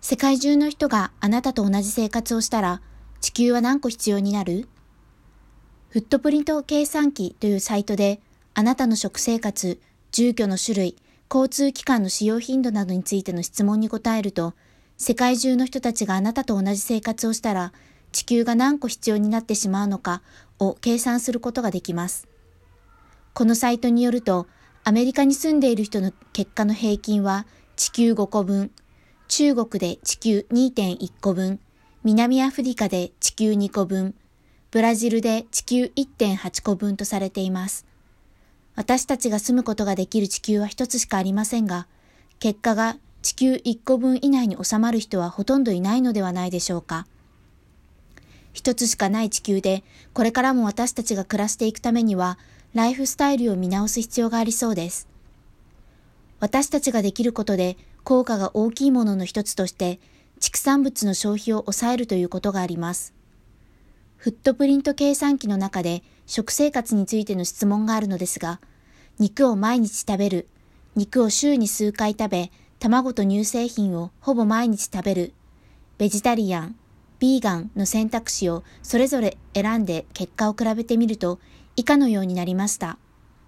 世界中の人があなたと同じ生活をしたら、地球は何個必要になる？フットプリント計算機というサイトで、あなたの食生活、住居の種類、交通機関の使用頻度などについての質問に答えると、世界中の人たちがあなたと同じ生活をしたら、地球が何個必要になってしまうのかを計算することができます。このサイトによると、アメリカに住んでいる人の結果の平均は地球5個分、中国で地球 2.1 個分、南アフリカで地球2個分、ブラジルで地球 1.8 個分とされています。私たちが住むことができる地球は一つしかありませんが、結果が地球1個分以内に収まる人はほとんどいないのではないでしょうか。一つしかない地球で、これからも私たちが暮らしていくためには、ライフスタイルを見直す必要がありそうです。私たちができることで効果が大きいものの一つとして、畜産物の消費を抑えるということがあります。フットプリント計算機の中で食生活についての質問があるのですが、肉を毎日食べる、肉を週に数回食べ、卵と乳製品をほぼ毎日食べる、ベジタリアン、ビーガンの選択肢をそれぞれ選んで結果を比べてみると以下のようになりました。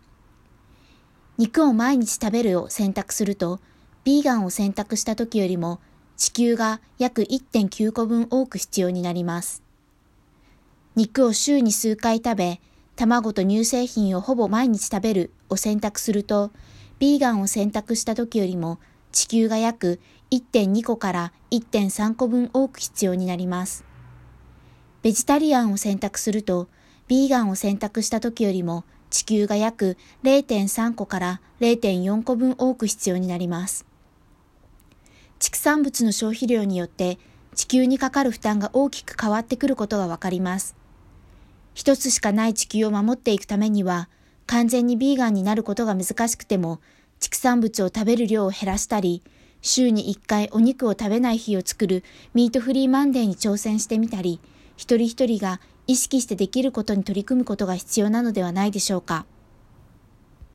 肉を毎日食べるを選択すると、ビーガンを選択した時よりも地球が約 1.9 個分多く必要になります。肉を週に数回食べ、卵と乳製品をほぼ毎日食べるを選択すると、ビーガンを選択した時よりも地球が約 1.2 個から 1.3 個分多く必要になります。ベジタリアンを選択すると、ビーガンを選択した時よりも地球が約 0.3 個から 0.4 個分多く必要になります。畜産物の消費量によって地球にかかる負担が大きく変わってくることがわかります。一つしかない地球を守っていくためには、完全にビーガンになることが難しくても、畜産物を食べる量を減らしたり、週に1回お肉を食べない日を作るミートフリーマンデーに挑戦してみたり、一人一人が意識してできることに取り組むことが必要なのではないでしょうか。